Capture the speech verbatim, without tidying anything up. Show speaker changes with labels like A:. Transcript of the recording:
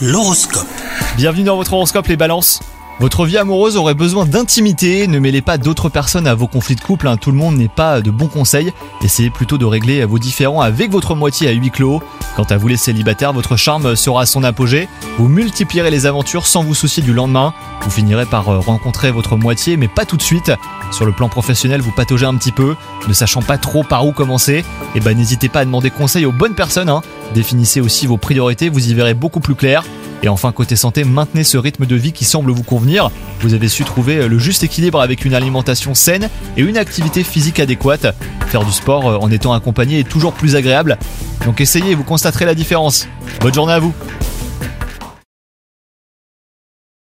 A: L'horoscope.
B: Bienvenue dans votre horoscope les balances. Votre vie amoureuse aurait besoin d'intimité, ne mêlez pas d'autres personnes à vos conflits de couple, hein. Tout le monde n'est pas de bons conseils, essayez plutôt de régler vos différends avec votre moitié à huis clos. Quant à vous les célibataires, votre charme sera à son apogée, vous multiplierez les aventures sans vous soucier du lendemain, vous finirez par rencontrer votre moitié mais pas tout de suite. Sur le plan professionnel, vous pataugez un petit peu, ne sachant pas trop par où commencer, et ben n'hésitez pas à demander conseil aux bonnes personnes, hein. Définissez aussi vos priorités, vous y verrez beaucoup plus clair. Et enfin, côté santé, maintenez ce rythme de vie qui semble vous convenir. Vous avez su trouver le juste équilibre avec une alimentation saine et une activité physique adéquate. Faire du sport en étant accompagné est toujours plus agréable. Donc essayez et vous constaterez la différence. Bonne journée à vous.